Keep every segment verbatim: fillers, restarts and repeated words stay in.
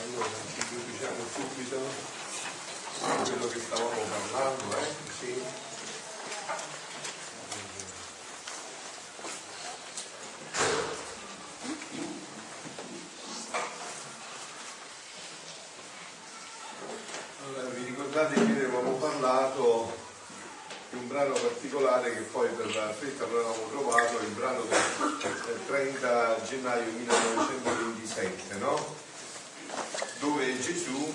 Allora, introduciamo subito quello che stavamo parlando, eh? Sì. Allora, vi ricordate che avevamo parlato di un brano particolare che poi per la fretta avevamo trovato, il brano del trenta gennaio millenovecentoventisette, no? Dove Gesù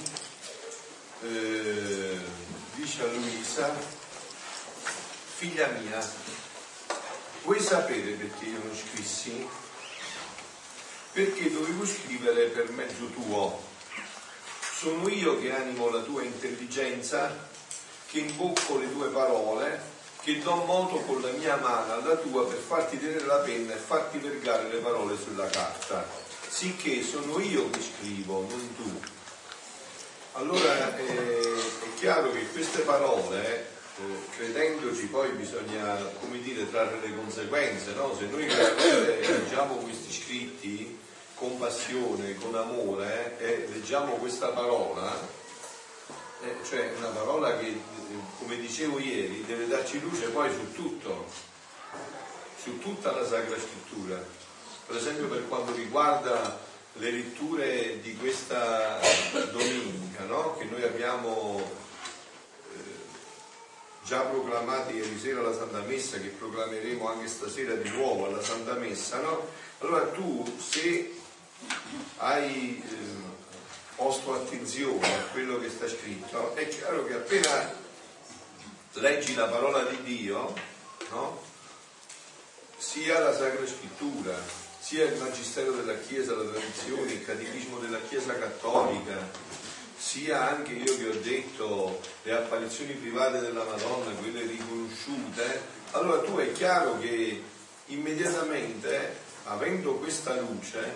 eh, dice a Luisa: figlia mia, vuoi sapere perché io non scrissi? Perché dovevo scrivere per mezzo tuo. Sono io che animo la tua intelligenza, che imbocco le tue parole, che do moto con la mia mano alla tua per farti tenere la penna e farti vergare le parole sulla carta. Sicché sono io che scrivo, non tu. Allora eh, è chiaro che queste parole, eh, credendoci, poi bisogna, come dire, trarre le conseguenze, no? Se noi leggiamo questi scritti con passione, con amore, eh, e leggiamo questa parola, eh, cioè una parola che, come dicevo ieri, deve darci luce poi su tutto, su tutta la Sacra Scrittura. Per esempio per quanto riguarda le letture di questa domenica, no? Che noi abbiamo eh, già proclamato ieri sera alla Santa Messa, che proclameremo anche stasera di nuovo alla Santa Messa, no? Allora tu, se hai eh, posto attenzione a quello che sta scritto, è chiaro che appena leggi la parola di Dio, no? Sia la Sacra Scrittura, sia il Magistero della Chiesa, la tradizione, il Catechismo della Chiesa Cattolica, sia anche io che ho detto le apparizioni private della Madonna, quelle riconosciute, allora tu è chiaro che immediatamente, avendo questa luce,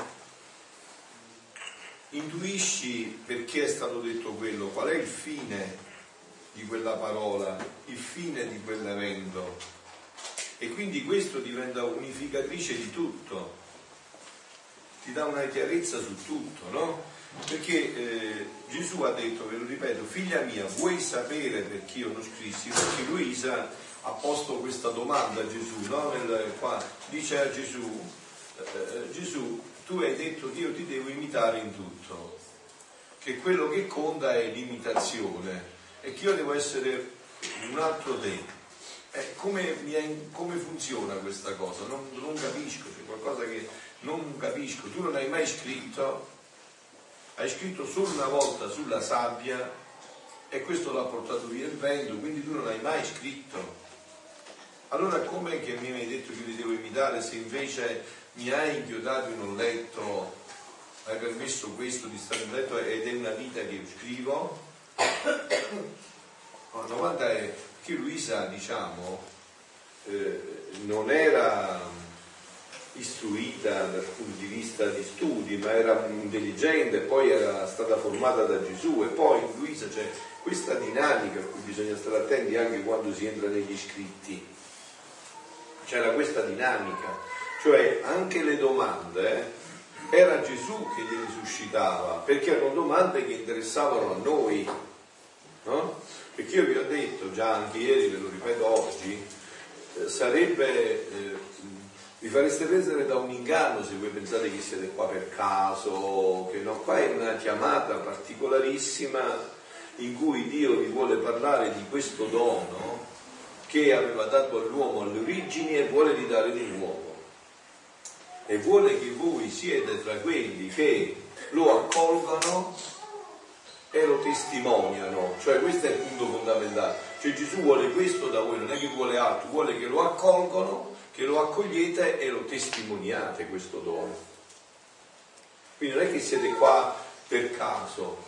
intuisci perché è stato detto quello, qual è il fine di quella parola, il fine di quell'evento, e quindi questo diventa unificatrice di tutto, ti dà una chiarezza su tutto, no? Perché eh, Gesù ha detto, ve lo ripeto, figlia mia, vuoi sapere perché io non scrissi? Perché Luisa ha posto questa domanda a Gesù, no? Nel, qua, dice a Gesù, eh, Gesù, tu hai detto che io ti devo imitare in tutto, che quello che conta è l'imitazione e che io devo essere un altro te. Eh, come, mi, come funziona questa cosa? Non, non capisco, c'è qualcosa che non capisco. Tu non hai mai scritto, hai scritto solo una volta sulla sabbia e questo l'ha portato via il vento, quindi tu non hai mai scritto. Allora com'è che mi hai detto che io ti devo imitare se invece mi hai inchiodato in un letto, hai permesso questo di stare in letto ed è una vita che io scrivo? No, la domanda è che Luisa, diciamo, eh, non era istruita dal punto di vista di studi, ma era intelligente, poi era stata formata da Gesù, e poi in Luisa c'è questa dinamica a cui bisogna stare attenti anche quando si entra negli scritti. C'era questa dinamica, cioè anche le domande era Gesù che gliele suscitava, perché erano domande che interessavano a noi, no? Perché io vi ho detto già anche ieri, ve lo ripeto oggi, eh, sarebbe, eh, vi fareste prendere da un inganno se voi pensate che siete qua per caso, che no, qua è una chiamata particolarissima in cui Dio vi vuole parlare di questo dono che aveva dato all'uomo alle origini e vuole ridare di nuovo. E vuole che voi siete tra quelli che lo accolgono e lo testimoniano, cioè questo è il punto fondamentale, cioè Gesù vuole questo da voi, non è che vuole altro, vuole che lo accolgono, che lo accogliete e lo testimoniate questo dono. Quindi non è che siete qua per caso.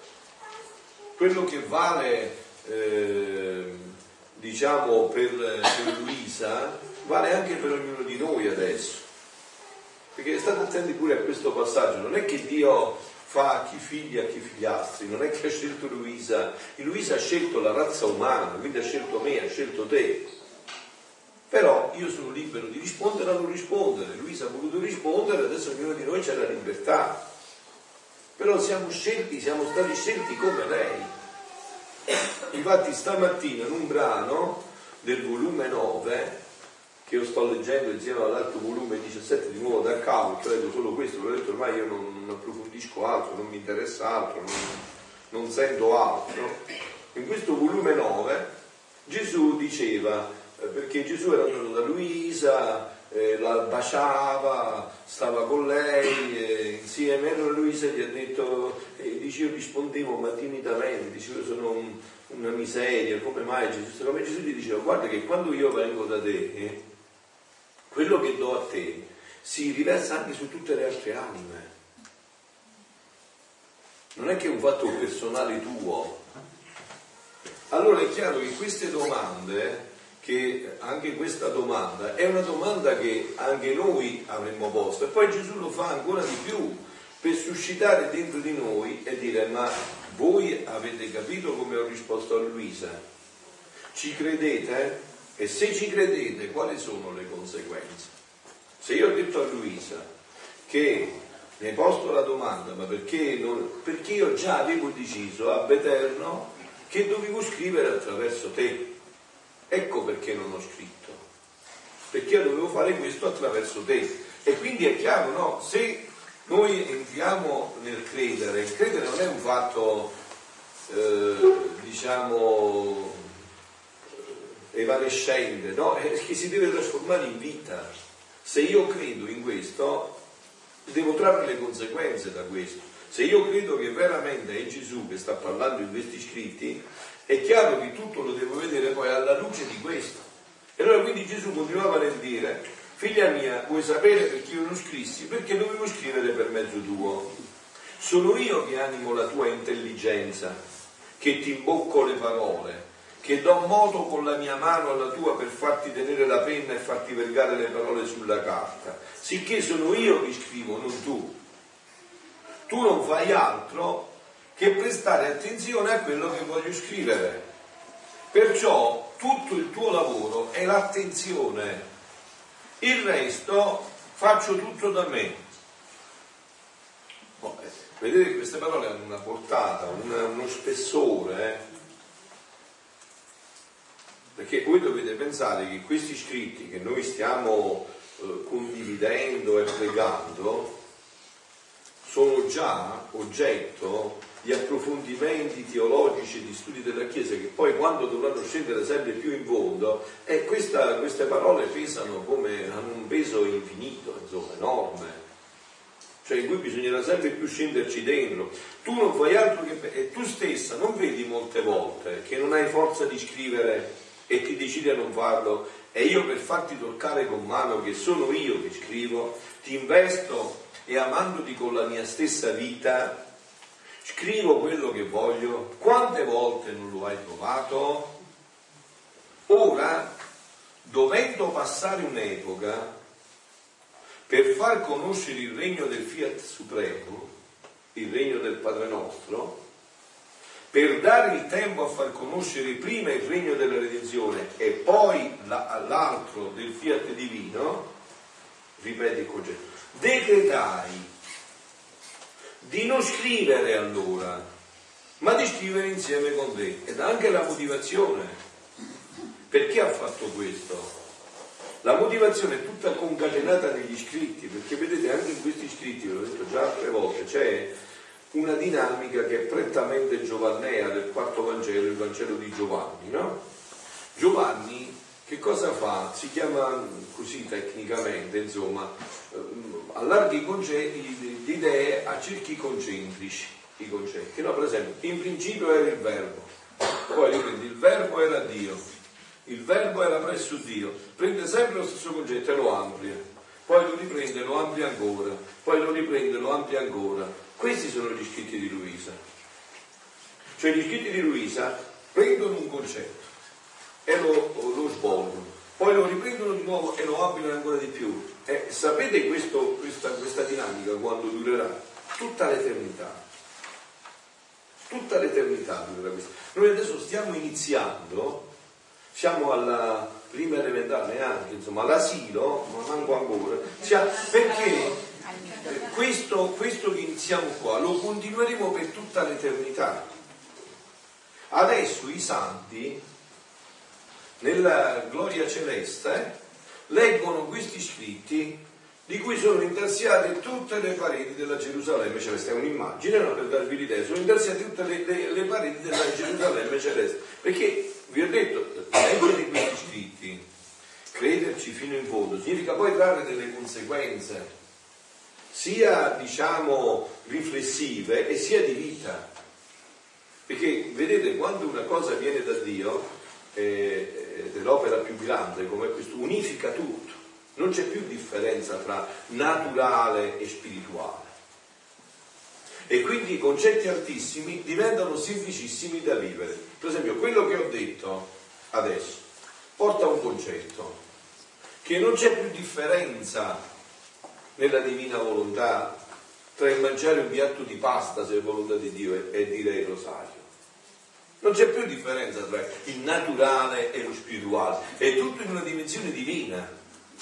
Quello che vale eh, diciamo per, per Luisa vale anche per ognuno di noi adesso, perché state attenti pure a questo passaggio, non è che Dio fa a chi figli e a chi figliastri, non è che ha scelto Luisa, Luisa ha scelto la razza umana, quindi ha scelto me, ha scelto te, però io sono libero di rispondere o non rispondere. Luisa ha voluto rispondere, adesso ognuno di noi c'è la libertà, però siamo scelti, siamo stati scelti come lei. Infatti stamattina in un brano del volume nove, che io sto leggendo insieme all'altro volume diciassette di nuovo da capo, leggo solo questo, l'ho detto ormai io non, non approfondisco altro, non mi interessa altro, non, non sento altro. In questo volume nove Gesù diceva, eh, perché Gesù era andato da Luisa, eh, la baciava, stava con lei, eh, insieme, allora Luisa gli ha detto, eh, dice io rispondevo ma timidamente, dicevo io sono un, una miseria, come mai Gesù? Come Gesù gli diceva, guarda che quando io vengo da te, eh, quello che do a te si riversa anche su tutte le altre anime. Non è che è un fatto personale tuo. Allora è chiaro che queste domande, che anche questa domanda è una domanda che anche noi avremmo posto, e poi Gesù lo fa ancora di più per suscitare dentro di noi e dire, ma voi avete capito come ho risposto a Luisa? Ci credete? E se ci credete, quali sono le conseguenze? Se io ho detto a Luisa che mi hai posto la domanda, ma perché, non, perché io già avevo deciso ab eterno che dovevo scrivere attraverso te. Ecco perché non ho scritto. Perché io dovevo fare questo attraverso te. E quindi è chiaro, no? Se noi entriamo nel credere, il credere non è un fatto, eh, diciamo, evanescente, no? È che si deve trasformare in vita. Se io credo in questo, devo trarre le conseguenze da questo. Se io credo che veramente è Gesù che sta parlando in questi scritti, è chiaro che tutto lo devo vedere poi alla luce di questo. E allora quindi Gesù continuava nel dire, figlia mia, vuoi sapere perché io non scrissi? Perché dovevo scrivere per mezzo tuo. Sono io che animo la tua intelligenza, che ti imbocco le parole, che do modo con la mia mano alla tua per farti tenere la penna e farti vergare le parole sulla carta, sicché sono io che scrivo, non tu. Tu non fai altro che prestare attenzione a quello che voglio scrivere. Perciò tutto il tuo lavoro è l'attenzione, il resto faccio tutto da me. Oh, eh, vedete che queste parole hanno una portata, una, uno spessore, eh? Perché voi dovete pensare che questi scritti che noi stiamo eh, condividendo e pregando sono già oggetto di approfondimenti teologici e di studi della Chiesa, che poi quando dovranno scendere sempre più in fondo, eh, questa, queste parole pesano come, hanno un peso infinito, insomma, enorme, cioè in cui bisognerà sempre più scenderci dentro. Tu non fai altro che, e tu stessa non vedi molte volte che non hai forza di scrivere e ti decidi a non farlo, e io per farti toccare con mano che sono io che scrivo, ti investo e amandoti con la mia stessa vita, scrivo quello che voglio. Quante volte non lo hai trovato? Ora, dovendo passare un'epoca per far conoscere il regno del Fiat Supremo, il regno del Padre nostro, per dare il tempo a far conoscere prima il regno della redenzione e poi l'altro del Fiat Divino, ripete il concetto, decretai di non scrivere allora, ma di scrivere insieme con te. Ed anche la motivazione. Perché ha fatto questo? La motivazione è tutta concatenata negli scritti, perché vedete anche in questi scritti, ve l'ho detto già altre volte, c'è una dinamica che è prettamente giovannea del quarto Vangelo, il Vangelo di Giovanni, no? Giovanni che cosa fa? Si chiama così tecnicamente, insomma, allarga i concetti, le idee a cerchi concentrici, i concetti, no? Per esempio, in principio era il verbo, poi riprende il verbo era Dio, il verbo era presso Dio, prende sempre lo stesso concetto e lo amplia, poi lo riprende, lo amplia ancora, poi lo riprende, lo amplia ancora. Questi sono gli scritti di Luisa. Cioè gli scritti di Luisa prendono un concetto e lo, lo svolgono, poi lo riprendono di nuovo e lo ampliano ancora di più. E sapete questo, questa, questa dinamica quando durerà? Tutta l'eternità. Tutta l'eternità durerà questa. Noi adesso stiamo iniziando, siamo alla prima elementare neanche, insomma all'asilo, ma manco ancora. Siamo, perché? questo, questo che iniziamo qua lo continueremo per tutta l'eternità. Adesso i santi nella gloria celeste leggono questi scritti di cui sono intarsiate tutte le pareti della Gerusalemme celeste. È un'immagine, no? Per darvi l'idea, sono intarsiate tutte le, le, le pareti della Gerusalemme celeste, perché vi ho detto, leggere questi scritti, crederci fino in fondo, significa poi trarre delle conseguenze sia, diciamo, riflessive e sia di vita. Perché vedete, quando una cosa viene da Dio, eh, dell'opera più grande come questo, unifica tutto. Non c'è più differenza tra naturale e spirituale. E quindi i concetti altissimi diventano semplicissimi da vivere. Per esempio, quello che ho detto adesso porta a un concetto, che non c'è più differenza nella divina volontà tra il mangiare un piatto di pasta, se è volontà di Dio, e dire il rosario. Non c'è più differenza tra il naturale e lo spirituale, è tutto in una dimensione divina.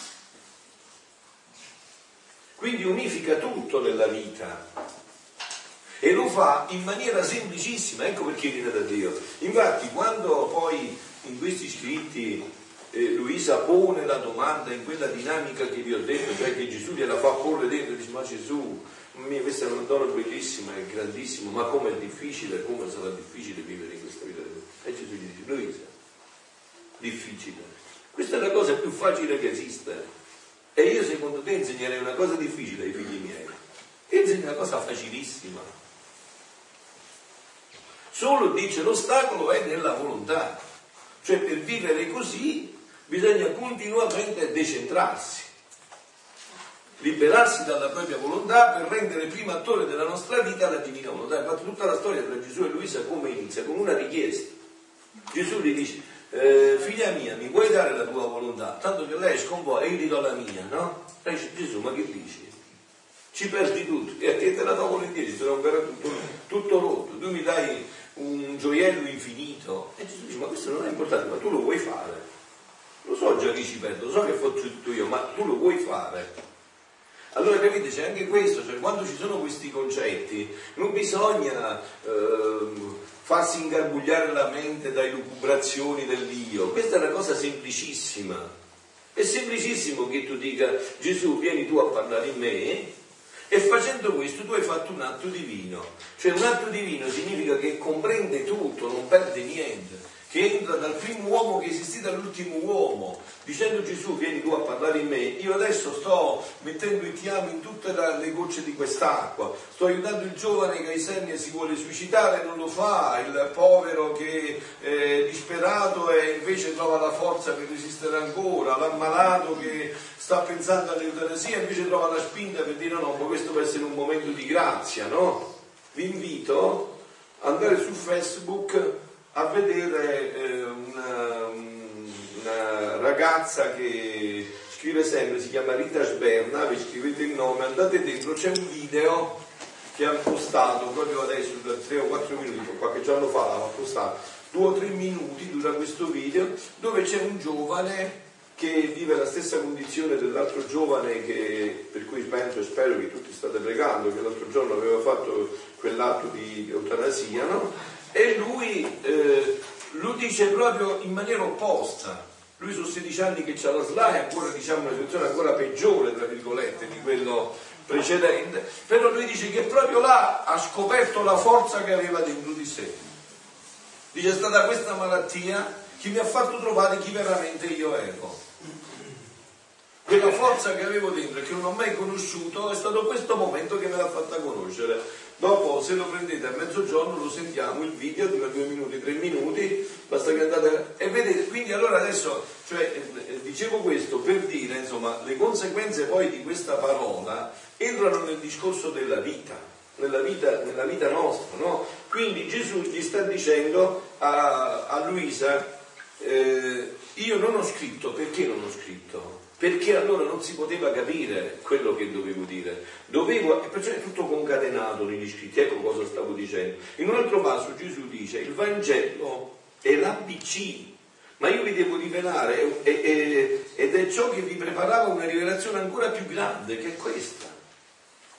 Quindi unifica tutto nella vita e lo fa in maniera semplicissima, ecco perché viene da Dio. Infatti quando poi in questi scritti eh, Luisa pone la domanda in quella dinamica che vi ho detto, cioè che Gesù gliela fa porre dentro e dice: ma Gesù, mia, questa è una donna bellissima, è grandissima, ma come è difficile, come sarà difficile vivere in questa vita. E Gesù gli dice: Luisa, difficile, questa è la cosa più facile che esiste. E io secondo te insegnerei una cosa difficile ai figli miei. Io insegno una cosa facilissima. Solo dice l'ostacolo è nella volontà. Cioè per vivere così bisogna continuamente decentrarsi. Liberarsi dalla propria volontà per rendere primo attore della nostra vita la divina volontà. Infatti tutta la storia tra Gesù e Luisa come inizia? Con una richiesta. Gesù gli dice: Eh, figlia mia, mi vuoi dare la tua volontà? Tanto che lei sconvolge e io ti do la mia, no? Lei dice: Gesù, ma che dici? Ci perdi tutto e a te te la do volentieri, se non verrà tutto, tutto rotto, tu mi dai un gioiello infinito. E Gesù dice: ma questo non è importante, ma tu lo vuoi fare? Lo so già che ci perdo, lo so che faccio tutto io, ma tu lo vuoi fare? Allora capite, c'è anche questo, cioè quando ci sono questi concetti non bisogna eh, farsi ingarbugliare la mente da elucubrazioni dell'io. Questa è una cosa semplicissima. È semplicissimo che tu dica: Gesù, vieni tu a parlare in me, e facendo questo tu hai fatto un atto divino. Cioè un atto divino significa che comprende tutto, non perde niente, che entra dal primo uomo che è esistito all'ultimo uomo, dicendo: Gesù, vieni tu a parlare in me, io adesso sto mettendo i chiami in tutte le gocce di quest'acqua, sto aiutando il giovane che ai senni si vuole suicidare e non lo fa, il povero che è disperato e invece trova la forza per resistere ancora, l'ammalato che sta pensando all'eutanasia e invece trova la spinta per dire: no, ma questo può essere un momento di grazia, no? Vi invito ad andare su Facebook a vedere eh, una, una ragazza che scrive sempre, si chiama Rita Sberna, vi scrivete il nome, andate dentro, c'è un video che ha postato proprio adesso, da tre o quattro minuti, qualche giorno fa l'ha postato, due o tre minuti dura questo video, dove c'è un giovane che vive la stessa condizione dell'altro giovane che, per cui penso e spero che tutti state pregando, che l'altro giorno aveva fatto quell'atto di eutanasia, no? E lui eh, lo dice proprio in maniera opposta. Lui sono sedici anni che c'ha la S L A, è ancora, diciamo, una situazione ancora peggiore, tra virgolette, di quello precedente, però lui dice che proprio là ha scoperto la forza che aveva dentro di sé. Dice: è stata questa malattia che mi ha fatto trovare chi veramente io ero. Quella forza che avevo dentro e che non ho mai conosciuto è stato questo momento che me l'ha fatta conoscere. Dopo, se lo prendete a mezzogiorno, lo sentiamo, il video dura due minuti, tre minuti, basta che andate e vedete. Quindi allora adesso, cioè, dicevo questo per dire, insomma, le conseguenze poi di questa parola entrano nel discorso della vita, nella vita, nella vita nostra, no? Quindi Gesù gli sta dicendo a, a Luisa: eh, io non ho scritto, perché non ho scritto? Perché allora non si poteva capire quello che dovevo dire, dovevo, e perciò è tutto concatenato negli scritti. Ecco cosa stavo dicendo. In un altro passo Gesù dice: il Vangelo è l'A B C, ma io vi devo rivelare, e, e, ed è ciò che vi preparava una rivelazione ancora più grande, che è questa.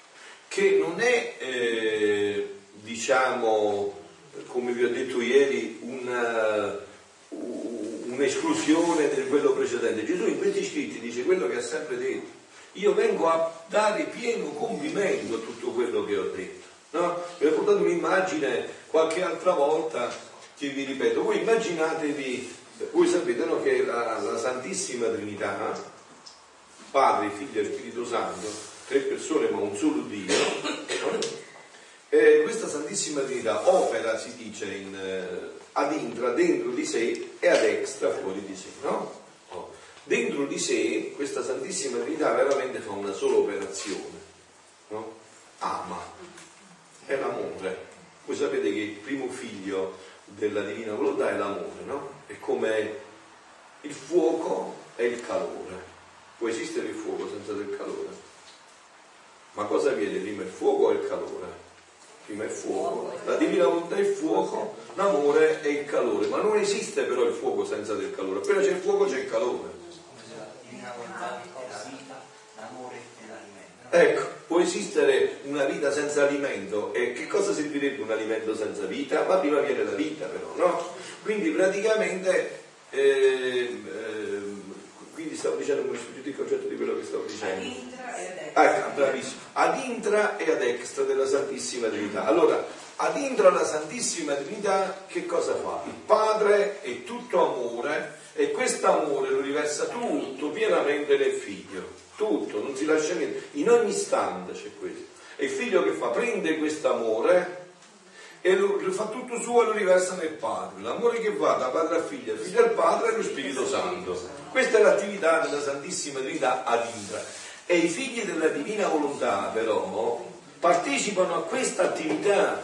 che non è, eh, diciamo, come vi ho detto ieri, una, un'esclusione di quello precedente. Gesù in questi scritti dice quello che ha sempre detto: io vengo a dare pieno compimento a tutto quello che ho detto, no? Vi ho portato un'immagine qualche altra volta che vi ripeto. Voi immaginatevi, voi sapete, no, che la, la Santissima Trinità, Padre, Figlio e Spirito Santo, tre persone ma un solo Dio, no? E questa Santissima Trinità opera, si dice, in, eh, ad intra, dentro di sé, e ad extra, fuori di sé, no? Oh. Dentro di sé questa Santissima Trinità veramente fa una sola operazione, no? Ama, è l'amore. Voi sapete che il primo figlio della Divina Volontà è l'amore, no? È come il fuoco e il calore. Può esistere il fuoco senza del calore? Ma cosa viene prima, il fuoco o il calore? Prima il fuoco, la Divina Volontà è il fuoco, l'amore è il calore, ma non esiste però il fuoco senza del calore. Appena c'è il fuoco c'è il calore. La Divina Volontà è la vita, l'amore e l'alimento. Ecco, può esistere una vita senza alimento, e che cosa servirebbe un alimento senza vita? Ma prima viene la vita però, no? Quindi praticamente eh, eh, quindi stavo dicendo come il concetto di quello che stavo dicendo. Ad intra e ad extra. Ah, bravissimo. Ad intra e ad extra della Santissima Trinità. Allora, ad intra la Santissima Trinità che cosa fa? Il Padre è tutto amore, e questo amore lo riversa tutto pienamente nel Figlio. Tutto, non si lascia niente. In ogni istante c'è questo. E il Figlio che fa? Prende questo amore e lo, lo fa tutto suo e lo riversa nel Padre. L'amore che va da Padre a Figlio, Figlio al Padre e lo Spirito Santo. Questa è l'attività della Santissima Trinità ad intra. E i figli della Divina Volontà però partecipano a questa attività.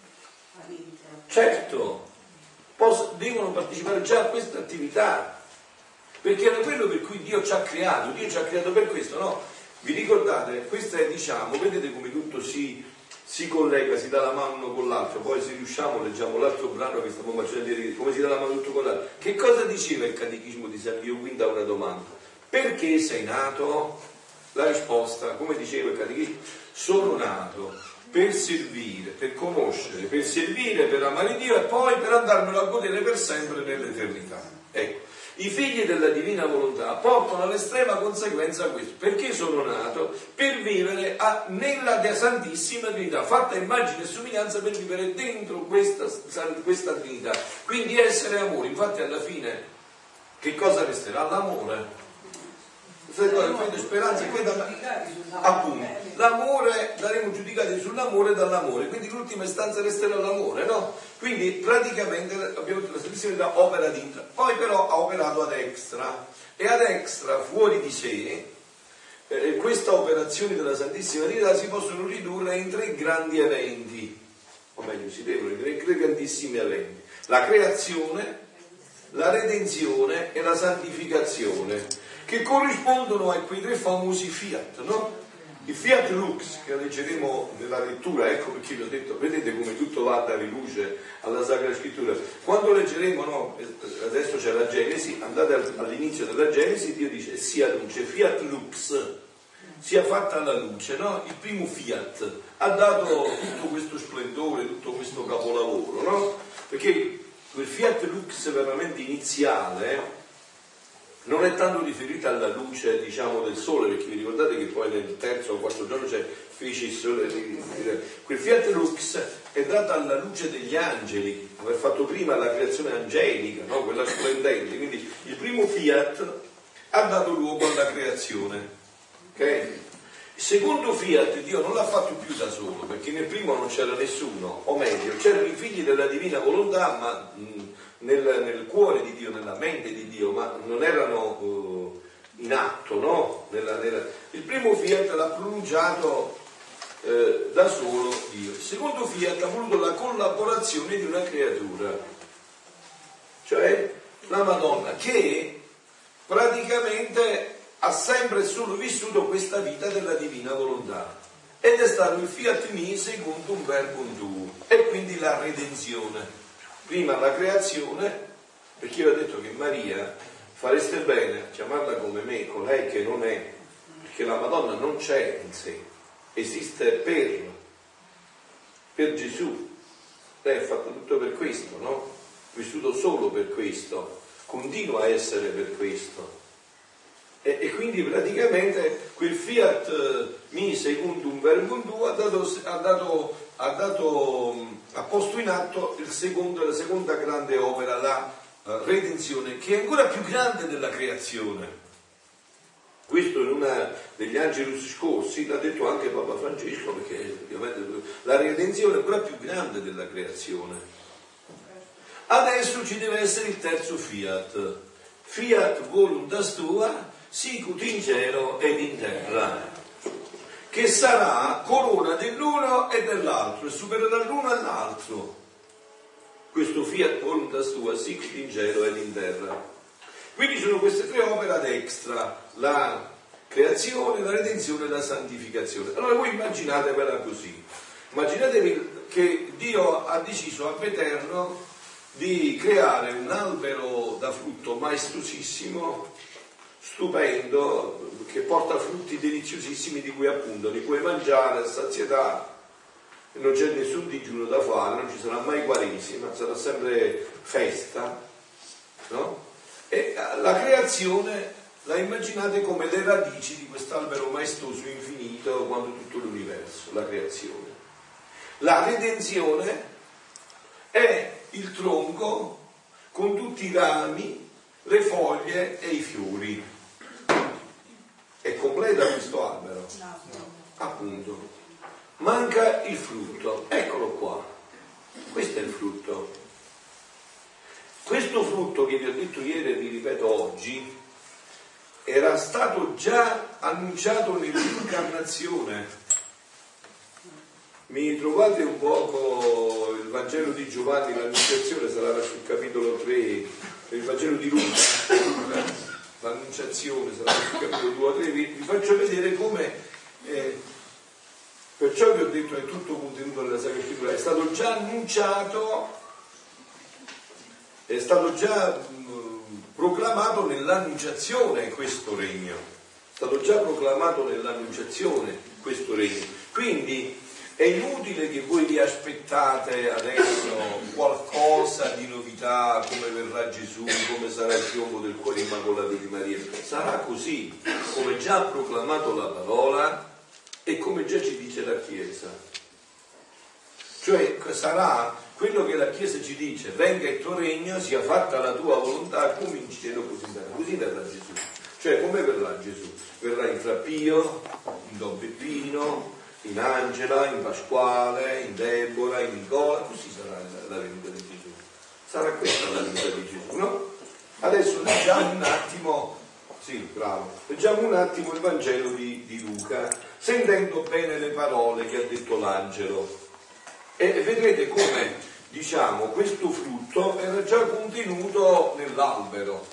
Certo, posso, devono partecipare già a questa attività, perché è quello per cui Dio ci ha creato. Dio ci ha creato per questo, no? Vi ricordate? Questa è, diciamo, vedete come tutto si, si collega, si dà la mano uno con l'altro. Poi se riusciamo leggiamo l'altro brano che stiamo facendo vedere come si dà la mano tutto con l'altro. Che cosa diceva il Catechismo di San Pio Quinto a una domanda? Perché sei nato? La risposta, come diceva il Catechismo: sono nato per servire, per conoscere, per servire, per amare Dio e poi per andarmelo a godere per sempre nell'eternità. Ecco, i figli della Divina Volontà portano all'estrema conseguenza questo. Perché sono nato? Per vivere a, nella Santissima Trinità, fatta immagine e somiglianza, per vivere dentro questa, questa Trinità. Quindi essere amore. Infatti alla fine che cosa resterà? L'amore. Fede, speranza, appunto, l'amore, daremo giudicati sull'amore dall'amore, quindi l'ultima istanza resterà l'amore, no? Quindi praticamente abbiamo detto la Santissima Trinità opera ad intra, poi però ha operato ad extra, e ad extra, fuori di sé, eh, questa operazione della Santissima Trinità si possono ridurre in tre grandi eventi, o meglio si devono in tre grandissimi eventi: la creazione, la redenzione e la santificazione, che corrispondono a quei tre famosi fiat, no? Il fiat lux, che leggeremo nella lettura, ecco perché vi ho detto, vedete come tutto va a dare luce alla Sacra Scrittura. Quando leggeremo, no, adesso c'è la Genesi, andate all'inizio della Genesi, Dio dice sia luce, fiat lux, sia fatta la luce, no? Il primo fiat ha dato tutto questo splendore, tutto questo capolavoro, no? Perché quel fiat lux veramente iniziale non è tanto riferita alla luce, diciamo, del sole, perché vi ricordate che poi nel terzo o quarto giorno c'è feci il sole, quel fiat lux è data alla luce degli angeli, aver fatto prima la creazione angelica, no? Quella splendente. Quindi il primo fiat ha dato luogo alla creazione, ok? Il secondo fiat Dio non l'ha fatto più da solo, perché nel primo non c'era nessuno, o meglio c'erano i figli della Divina Volontà, ma mh, Nel, nel cuore di Dio, nella mente di Dio, ma non erano uh, in atto, no? Nella, nella... Il primo fiat l'ha pronunciato eh, da solo Dio. Il secondo fiat ha voluto la collaborazione di una creatura, cioè la Madonna, che praticamente ha sempre e solo vissuto questa vita della Divina Volontà, ed è stato il fiat mi secondo un verbum tuo, e quindi la redenzione. Prima la creazione, perché io ho detto che Maria fareste bene a chiamarla come me, colei che non è, perché la Madonna non c'è in sé, esiste per, per Gesù. Lei ha fatto tutto per questo, no? Vissuto solo per questo, continua a essere per questo. E, e quindi praticamente quel fiat mi secundum verbum tuo ha dato, ha dato, ha dato, ha posto in atto il secondo, la seconda grande opera, la uh, redenzione, che è ancora più grande della creazione. Questo in una degli Angelus scorsi l'ha detto anche Papa Francesco, perché ovviamente la redenzione è ancora più grande della creazione. Adesso ci deve essere il terzo fiat. Fiat voluntas tua, sicut in cielo ed in terra, che sarà corona dell'uno e dell'altro, e supererà l'uno e l'altro. Questo fiat voluntas tua, sicut in cielo ed in terra. Quindi sono queste tre opere ad extra, la creazione, la redenzione e la santificazione. Allora voi immaginatevela così, immaginatevi che Dio ha deciso ab eterno di creare un albero da frutto maestosissimo, stupendo, che porta frutti deliziosissimi di cui appunto li puoi mangiare a sazietà, e non c'è nessun digiuno da fare, non ci sarà mai quaresima, sarà sempre festa, no? E la creazione la immaginate come le radici di quest'albero maestoso infinito quanto tutto l'universo, la creazione. La redenzione è il tronco con tutti i rami, le foglie e i fiori. È completa questo albero? No. Appunto. Manca il frutto. Eccolo qua. Questo è il frutto. Questo frutto che vi ho detto ieri e vi ripeto oggi era stato già annunciato nell'incarnazione. Mi trovate un poco il Vangelo di Giovanni, l'annunciazione sarà sul capitolo tre, il Vangelo di Luca, l'annunciazione sarà sul capitolo due o tre, vi, vi faccio vedere come eh, perciò vi ho detto è tutto contenuto nella Sacra Scrittura, è stato già annunciato, è stato già mh, proclamato nell'annunciazione questo regno, è stato già proclamato nell'annunciazione questo regno. Quindi è inutile che voi vi aspettate adesso qualcosa di novità, come verrà Gesù, come sarà il piombo del cuore immacolato di Maria. Sarà così, come già ha proclamato la parola e come già ci dice la Chiesa. Cioè sarà quello che la Chiesa ci dice: venga il tuo regno, sia fatta la tua volontà, come in cielo così in terra. Così verrà Gesù. Cioè come verrà Gesù? Verrà in Fra Pio, in Don Peppino, in Angela, in Pasquale, in Deborah, in Nicola. Così sarà la venuta di Gesù. Sarà questa la venuta di Gesù, no? Adesso leggiamo un attimo, sì, bravo, leggiamo un attimo il Vangelo di, di Luca, sentendo bene le parole che ha detto l'angelo. E vedrete come, diciamo, questo frutto era già contenuto nell'albero.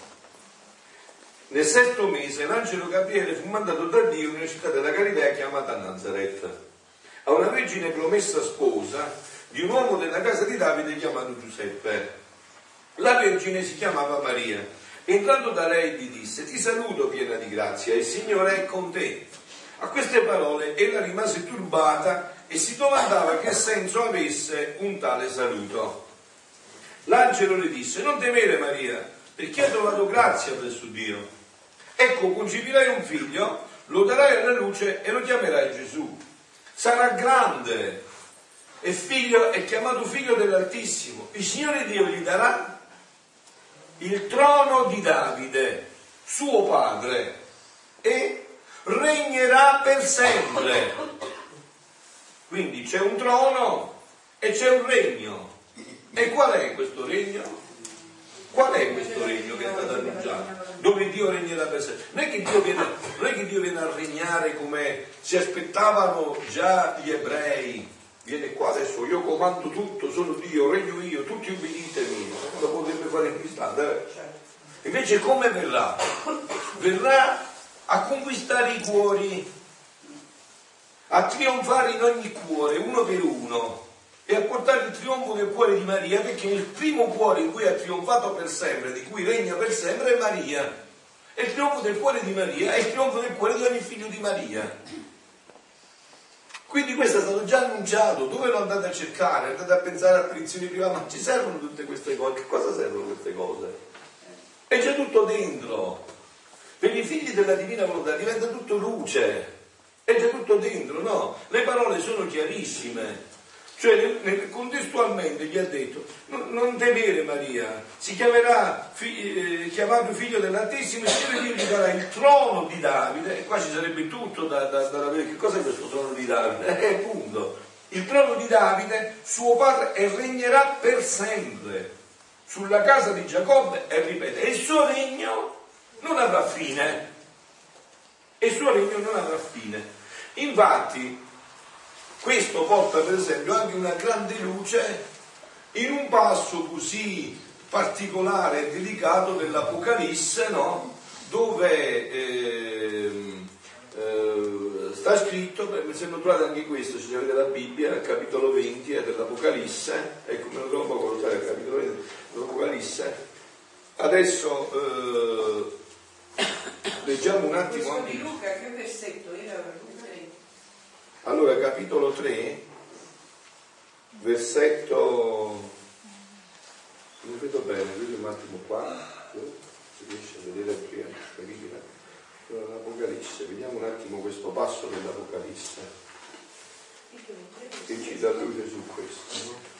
Nel sesto mese l'angelo Gabriele fu mandato da Dio in una città della Galilea chiamata Nazaret, a una vergine promessa sposa di un uomo della casa di Davide chiamato Giuseppe. La vergine si chiamava Maria. Entrando da lei gli disse: ti saluto piena di grazia, il Signore è con te. A queste parole ella rimase turbata e si domandava che senso avesse un tale saluto. L'angelo le disse: non temere Maria, perché hai trovato grazia presso Dio. Ecco, concepirai un figlio, lo darai alla luce e lo chiamerai Gesù. Sarà grande e figlio è chiamato figlio dell'Altissimo. Il Signore Dio gli darà il trono di Davide, suo padre, e regnerà per sempre. Quindi c'è un trono e c'è un regno. E qual è questo regno? Qual è questo regno che è stato annunciato? Dove Dio regnerà per sempre. Non è che Dio viene, non è che Dio viene a regnare come si aspettavano già gli ebrei. Viene qua adesso, io comando tutto, sono Dio, regno io, tutti ubbiditemi. Non lo potrebbe fare in istante. Eh? Invece come verrà? Verrà a conquistare i cuori, a trionfare in ogni cuore, uno per uno, e a portare il trionfo nel cuore di Maria, perché il primo cuore in cui ha trionfato per sempre, di cui regna per sempre, è Maria. E il trionfo del cuore di Maria è il trionfo del cuore di ogni figlio di Maria. Quindi questo è stato già annunciato. Dove lo andate a cercare? Andate a pensare a apparizioni private, ma ci servono tutte queste cose? Che cosa servono queste cose? È già tutto dentro. Per i figli della divina volontà diventa tutto luce, è già tutto dentro, no? Le parole sono chiarissime. Cioè contestualmente gli ha detto: non, non temere Maria, si chiamerà fi, eh, chiamato figlio dell'Altissimo, e Signore Dio gli darà il trono di Davide. E qua ci sarebbe tutto da, da, da avere. Che cos'è questo trono di Davide? Eh, appunto, il trono di Davide, suo padre, e regnerà per sempre sulla casa di Giacobbe, e ripete, e il suo regno non avrà fine. E il suo regno non avrà fine. Infatti questo porta per esempio anche una grande luce in un passo così particolare e delicato dell'Apocalisse, no? Dove eh, eh, sta scritto, se non trovate anche questo, signori della Bibbia, al capitolo venti è dell'Apocalisse, ecco, me lo trovo poco lo sai, al capitolo venti dell'Apocalisse. Adesso eh, leggiamo un attimo anche di Luca, che versetto era? Allora, capitolo tre, versetto, non vedo bene, vedo un attimo qua, si riesce a vedere prima, l'Apocalisse, vediamo un attimo questo passo dell'Apocalisse, che ci dà luce su questo, no?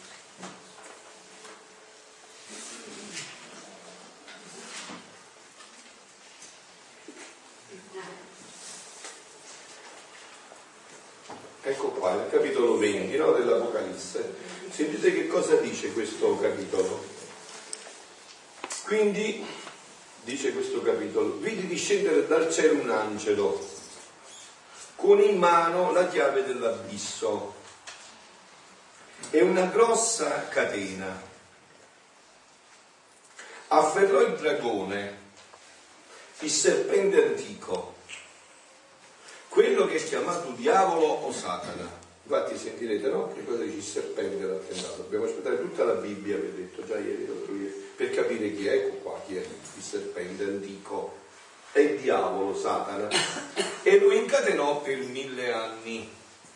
Ecco qua, il capitolo venti, no, dell'Apocalisse. Sentite che cosa dice questo capitolo. Quindi, dice questo capitolo, vidi discendere dal cielo un angelo, con in mano la chiave dell'abisso e una grossa catena. Afferrò il dragone, il serpente antico, quello che è chiamato diavolo o Satana. Infatti sentirete, no? Che cosa dice il serpente era tentato? Dobbiamo aspettare tutta la Bibbia, vi ho detto già ieri, per capire chi è. Ecco qua chi è il serpente antico. È il diavolo, Satana, e lo incatenò per mille anni.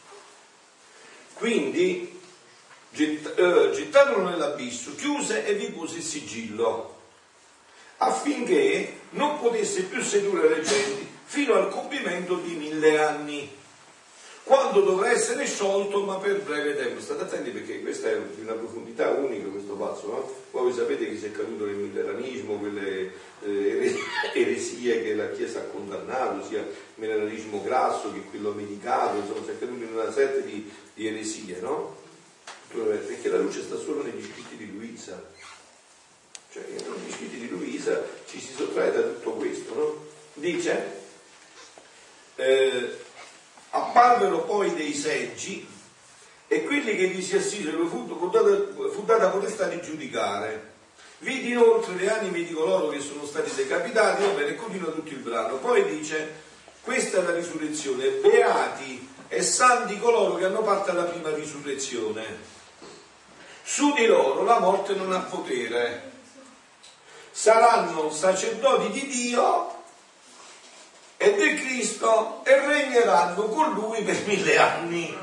Quindi gett- eh, gettarono nell'abisso, chiuse e vi pose il sigillo, affinché non potesse più sedurre le genti fino al compimento di mille anni, quando dovrà essere sciolto, ma per breve tempo. State attenti, perché questa è di una profondità unica, questo passo, no? Voi sapete che si è caduto nel milleranismo, quelle eh, eresie che la Chiesa ha condannato, sia il milleranismo grasso che quello medicato, insomma si è caduto in una serie di, di eresie, no? Perché la luce sta solo negli scritti di Luisa, cioè negli scritti di Luisa ci si sottrae da tutto questo, no? Dice Eh, apparvero poi dei seggi, e quelli che vi si assisero fu, fu, data, fu data potestà di giudicare. Vidi inoltre le anime di coloro che sono stati decapitati. Va bene, continua tutto il brano. Poi dice: questa è la risurrezione, beati e santi coloro che hanno parte alla prima risurrezione. Su di loro la morte non ha potere, saranno sacerdoti di Dio e del Cristo, e regneranno con lui per mille anni.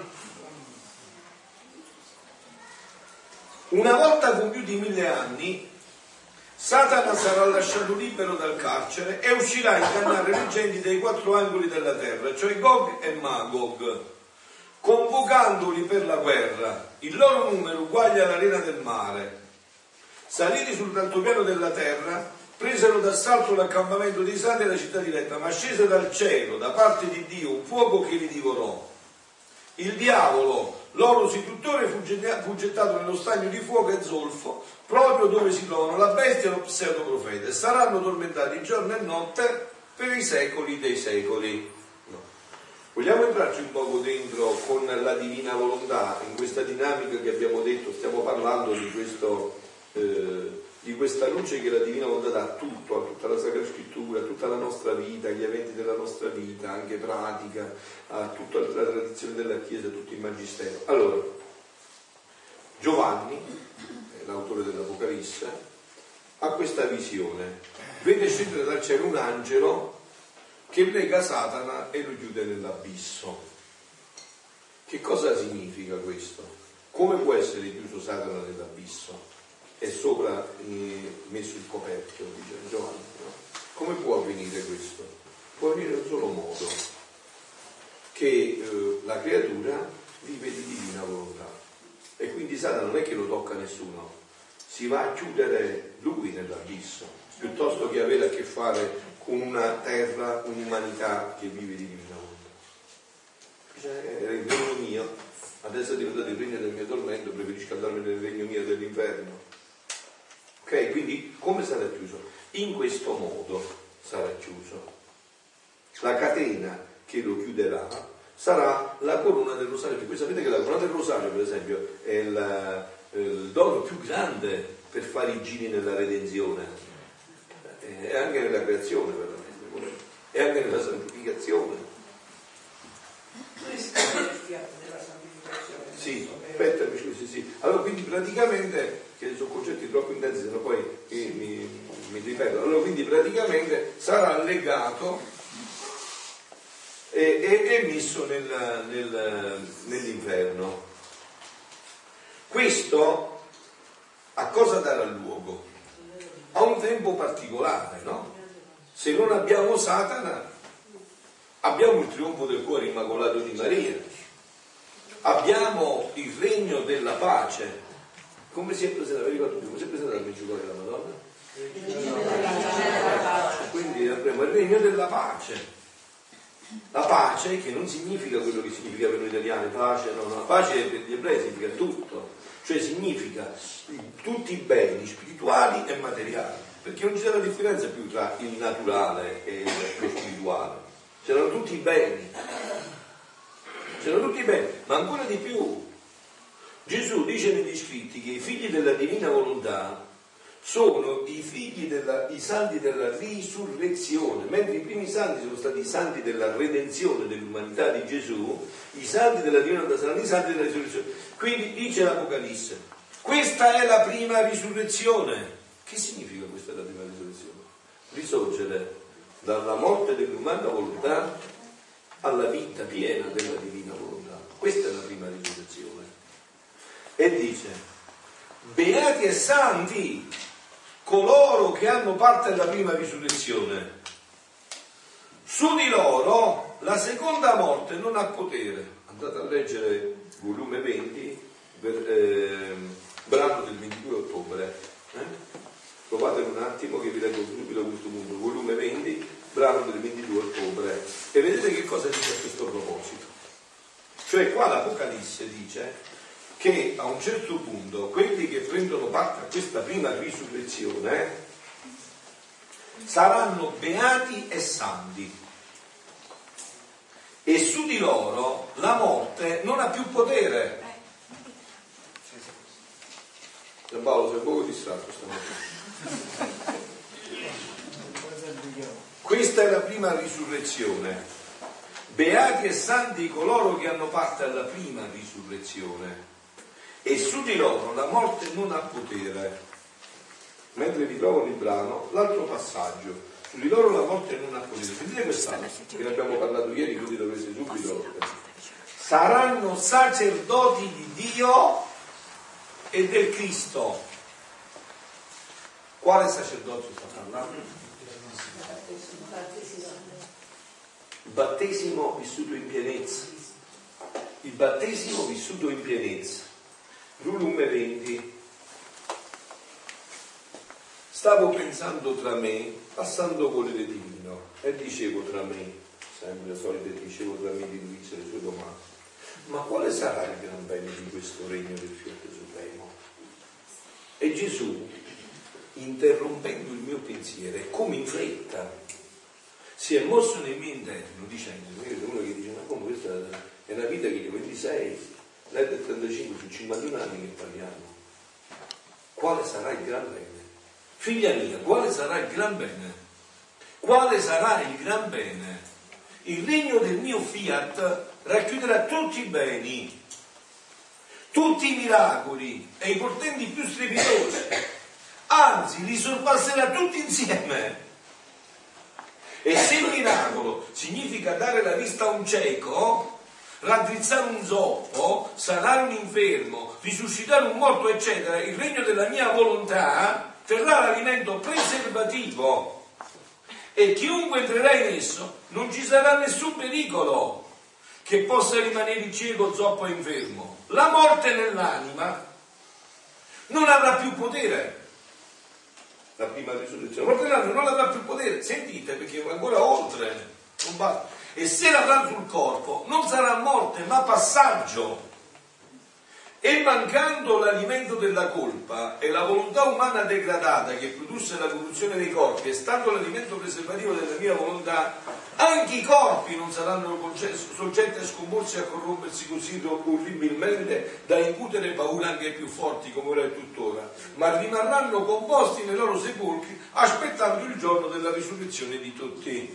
Una volta compiuti i mille anni, Satana sarà lasciato libero dal carcere e uscirà a ingannare le genti dai quattro angoli della terra, cioè Gog e Magog, convocandoli per la guerra. Il loro numero uguale all'arena del mare. Saliti sull'altopiano della terra, presero d'assalto l'accampamento dei santi e la città diretta, ma scese dal cielo, da parte di Dio, un fuoco che li divorò. Il diavolo, loro seduttore, fu gettato nello stagno di fuoco e zolfo, proprio dove si trovano la bestia e lo pseudoprofeta, e saranno tormentati giorno e notte per i secoli dei secoli. No. Vogliamo entrarci un poco dentro con la divina volontà, in questa dinamica che abbiamo detto, stiamo parlando di questo... Eh, di questa luce che la divina volontà dà a tutto, a tutta la Sacra Scrittura, a tutta la nostra vita, agli eventi della nostra vita, anche pratica, a tutta la tradizione della Chiesa, a tutto il Magistero. Allora, Giovanni, l'autore dell'Apocalisse, ha questa visione, vede scendere dal cielo un angelo che lega Satana e lo chiude nell'abisso. Che cosa significa questo? Come può essere chiuso Satana nell'abisso e sopra eh, messo il coperchio, dice Giovanni, no? Come può avvenire questo? Può avvenire in un solo modo, che eh, la creatura vive di divina volontà e quindi Satana non è che lo tocca nessuno, si va a chiudere lui nell'abisso piuttosto che avere a che fare con una terra, un'umanità che vive di divina volontà. Cioè, era il regno mio, adesso è diventato il regno del mio tormento, preferisco andarmene nel regno mio dell'inferno. Ok, quindi come sarà chiuso? In questo modo sarà chiuso. La catena che lo chiuderà sarà la corona del rosario, perché voi sapete che la corona del rosario, per esempio, è il, il dono più grande per fare i giri nella redenzione, e anche nella creazione, veramente, e anche nella santificazione. Questo è il fiato della santificazione. Sì, aspetta, mi scusi, sì. Allora, quindi praticamente, che sono concetti troppo intensi, sennò poi mi, mi, mi ripeto. Allora, quindi praticamente sarà legato e, e, e messo nel, nel, nell'inferno. Questo a cosa darà luogo? A un tempo particolare, no? Se non abbiamo Satana, abbiamo il trionfo del cuore immacolato di Maria, abbiamo il regno della pace. Come si è presentato? Vi ricordo più, come si è presentato il Meggiugorje della Madonna? Quindi avremo il regno della pace. La pace che non significa quello che significa per noi italiani, pace, no, no, la pace per gli ebrei significa tutto, cioè significa tutti i beni spirituali e materiali, perché non c'è la differenza più tra il naturale e lo spirituale, c'erano tutti i beni, c'erano tutti i beni, ma ancora di più. Gesù dice negli scritti che i figli della divina volontà sono i figli della, i santi della risurrezione, mentre i primi santi sono stati i santi della redenzione dell'umanità di Gesù, i santi della divina volontà saranno i santi della risurrezione. Quindi dice l'Apocalisse, questa è la prima risurrezione. Che significa questa è la prima risurrezione? Risorgere dalla morte dell'umana volontà alla vita piena della divina volontà. Questa è la prima risurrezione. E dice, beati e santi coloro che hanno parte della prima risurrezione. Su di loro la seconda morte non ha potere. Andate a leggere volume venti, per, eh, brano del ventidue ottobre. Eh? Provate un attimo che vi leggo subito a questo punto. Volume venti, brano del ventidue ottobre. E vedete che cosa dice a questo proposito. Cioè qua l'Apocalisse dice che a un certo punto quelli che prendono parte a questa prima risurrezione saranno beati e santi e su di loro la morte non ha più potere. Gian Paolo sei un poco distratto stamattina. Questa è la prima risurrezione. Beati e santi coloro che hanno parte alla prima risurrezione. E su di loro la morte non ha potere. Mentre ritrovo il brano, l'altro passaggio, su di loro la morte non ha potere. Sentite quest'altro, che ne abbiamo parlato ieri, quindi dovreste subito. Saranno sacerdoti di Dio e del Cristo. Quale sacerdote sta parlando? Il battesimo vissuto in pienezza. Il battesimo vissuto in pienezza. Volume venti. Stavo pensando tra me, passando volere divino, e dicevo tra me, sempre le solite dicevo tra me di Luisa le sue domande, ma quale sarà il gran bene di questo regno del fiore supremo? E Gesù, interrompendo il mio pensiero, come in fretta, si è mosso nel mio interno dicendo, uno che dice, ma come questa è una vita che io ventisei, lei del trentacinque su cinquantuno anni che parliamo, quale sarà il gran bene? Figlia mia, quale sarà il gran bene? Quale sarà il gran bene? Il regno del mio fiat racchiuderà tutti i beni, tutti i miracoli e i portenti più strepitosi, anzi li sorpasserà tutti insieme. E se il miracolo significa dare la vista a un cieco, raddrizzare un zoppo, sanare un infermo, risuscitare un morto, eccetera, il regno della mia volontà terrà l'alimento preservativo e chiunque entrerà in esso non ci sarà nessun pericolo che possa rimanere cieco, zoppo e infermo. La morte nell'anima non avrà più potere. La prima risurrezione, la morte nell'anima non avrà più potere. Sentite, perché ancora oltre non basta. E se l'avrà sul corpo non sarà morte ma passaggio. E mancando l'alimento della colpa e la volontà umana degradata che produsse la corruzione dei corpi, e stando l'alimento preservativo della mia volontà, anche i corpi non saranno soggetti a scomporsi e a corrompersi così orribilmente da incutere paura anche ai più forti come ora e tuttora, ma rimarranno composti nei loro sepolcri aspettando il giorno della risurrezione di tutti.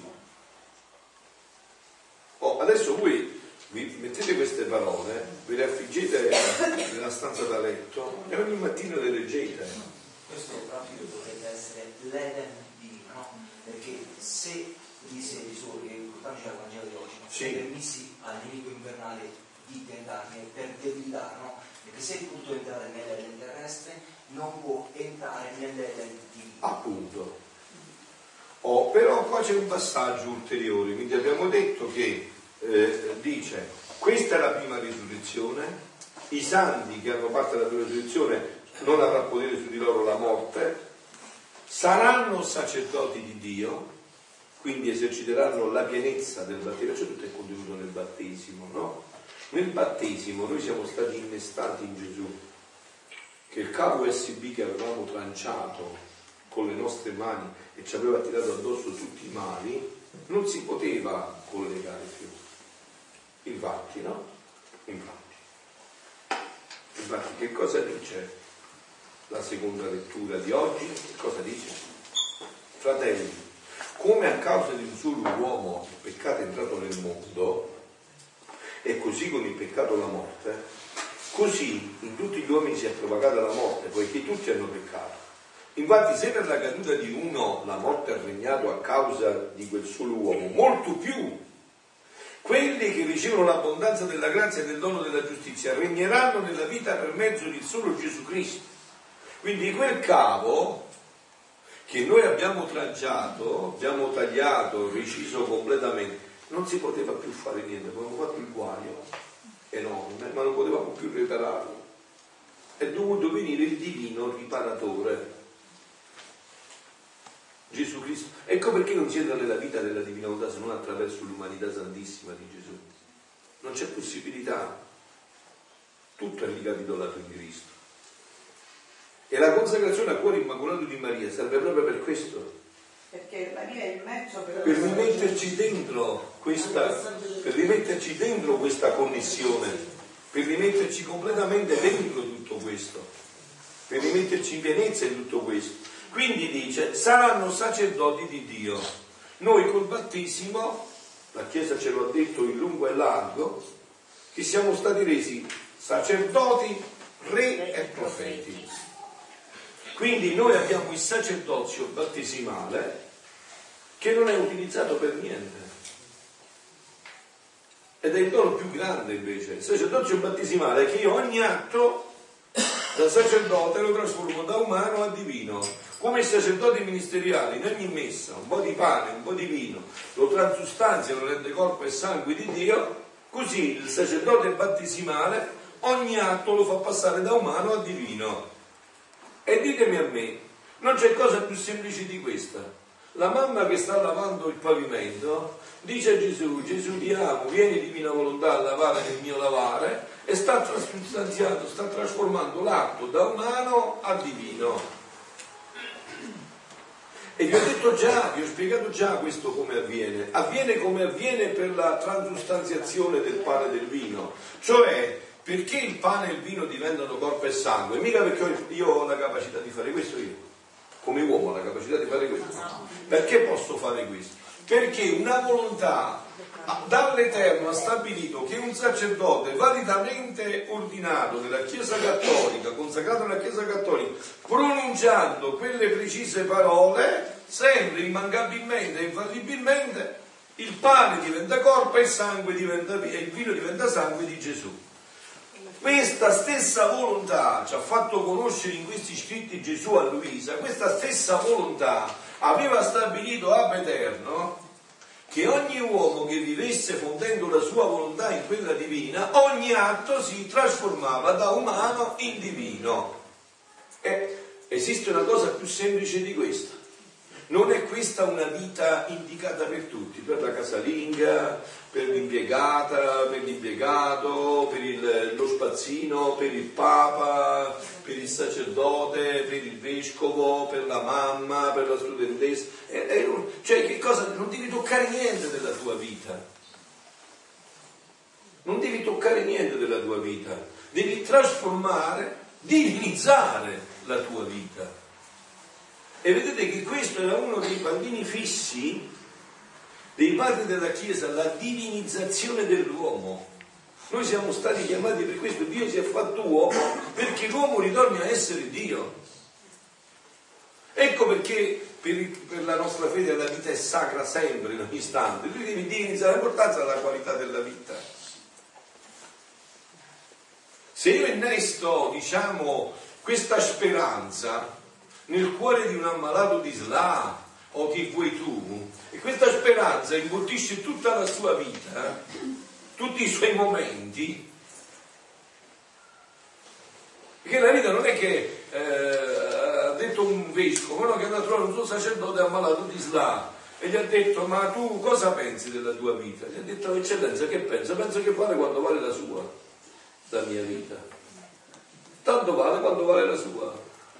Oh, adesso voi vi mettete queste parole, ve le affiggete nella stanza da letto e ogni mattina le leggete. Questo proprio dovrebbe essere l'Eden divino, no? Perché se disse Gesù, che portandoci al Vangelo di oggi, non sì. permessi al nemico invernale di tentarmi per debilitarlo, perché se è potuto entrare nell'Eden terrestre, non può entrare nell'Eden divino. Appunto. Oh, però qua c'è un passaggio ulteriore, quindi abbiamo detto che Eh, dice, questa è la prima risurrezione, i santi che hanno parte della prima risurrezione non avrà potere su di loro la morte, saranno sacerdoti di Dio, quindi eserciteranno la pienezza del battesimo, cioè tutto è contenuto nel battesimo, no? Nel battesimo noi siamo stati innestati in Gesù, che il cavo U S B che avevamo tranciato con le nostre mani e ci aveva tirato addosso tutti i mali, non si poteva collegare più. Infatti, no? Infatti. Infatti, che cosa dice la seconda lettura di oggi? Che cosa dice? Fratelli, come a causa di un solo uomo il peccato è entrato nel mondo, e così con il peccato la morte, così in tutti gli uomini si è propagata la morte, poiché tutti hanno peccato. Infatti, se per la caduta di uno la morte ha regnato a causa di quel solo uomo, molto più quelli che ricevono l'abbondanza della grazia e del dono della giustizia regneranno nella vita per mezzo di solo Gesù Cristo. Quindi quel cavo che noi abbiamo tranciato, abbiamo tagliato, reciso completamente, non si poteva più fare niente, abbiamo fatto il guaio enorme, ma non potevamo più ripararlo. È dovuto venire il divino riparatore, Gesù Cristo. Ecco perché non si entra nella vita della divina volontà se non attraverso l'umanità santissima di Gesù. Non c'è possibilità. Tutto è ricapitolato in Cristo. E la consacrazione al cuore immacolato di Maria serve proprio per questo. Perché Maria è il mezzo per, per rimetterci dentro questa, per rimetterci dentro questa connessione, per rimetterci completamente dentro tutto questo, per rimetterci in pienezza in tutto questo. Quindi dice, saranno sacerdoti di Dio. Noi col battesimo, la Chiesa ce lo ha detto in lungo e largo, che siamo stati resi sacerdoti, re e profeti. Quindi noi abbiamo il sacerdozio battesimale che non è utilizzato per niente. Ed è il dono più grande invece. Il sacerdozio battesimale è che io ogni atto da sacerdote lo trasformo da umano a divino. Come i sacerdoti ministeriali, in ogni messa, un po' di pane, un po' di vino, lo transustanzia, lo rende corpo e sangue di Dio, così il sacerdote battesimale ogni atto lo fa passare da umano a divino. E ditemi a me, non c'è cosa più semplice di questa. La mamma che sta lavando il pavimento dice a Gesù, Gesù ti amo, vieni divina volontà a lavare nel mio lavare, e sta transustanziando, sta trasformando l'atto da umano a divino. E vi ho detto già, vi ho spiegato già questo come avviene. Avviene come avviene per la transustanziazione del pane e del vino. Cioè, perché il pane e il vino diventano corpo e sangue? Mica perché io ho la capacità di fare questo io. Come uomo ho la capacità di fare questo. Perché posso fare questo? Perché una volontà dall'Eterno ha stabilito che un sacerdote validamente ordinato nella Chiesa Cattolica, consacrato nella Chiesa Cattolica, pronunciando quelle precise parole, sempre immancabilmente e infallibilmente, Il pane diventa corpo e il sangue diventa, e il vino diventa sangue di Gesù. Questa stessa volontà ci ha fatto conoscere in questi scritti Gesù a Luisa. Questa stessa volontà aveva stabilito ab eterno che ogni uomo che vivesse fondendo la sua volontà in quella divina, ogni atto si trasformava da umano in divino. E esiste una cosa più semplice di questa. Non è questa una vita indicata per tutti, per la casalinga, per l'impiegata, per l'impiegato, per il, lo spazzino, per il papa, per il sacerdote, per il vescovo, per la mamma, per la studentessa. È, è, cioè, che cosa? Non devi toccare niente della tua vita. Non devi toccare niente della tua vita. Devi trasformare, divinizzare la tua vita. E vedete che questo era uno dei bambini fissi dei padri della Chiesa, la divinizzazione dell'uomo. Noi siamo stati chiamati per questo, Dio si è fatto uomo perché l'uomo ritorni a essere Dio. Ecco perché per, per la nostra fede la vita è sacra sempre, in ogni istante. Tu devi divinizzare l'importanza della qualità della vita. Se io innesto, diciamo, questa speranza nel cuore di un ammalato di S L A o chi vuoi tu, e questa speranza imbottisce tutta la sua vita, tutti i suoi momenti, perché la vita non è che eh, ha detto un vescovo, no, che è andato a trovare un suo sacerdote ammalato di S L A e gli ha detto: ma tu cosa pensi della tua vita? Gli ha detto: eccellenza, che pensa? Penso che vale quando vale la sua, la mia vita, tanto vale quando vale la sua.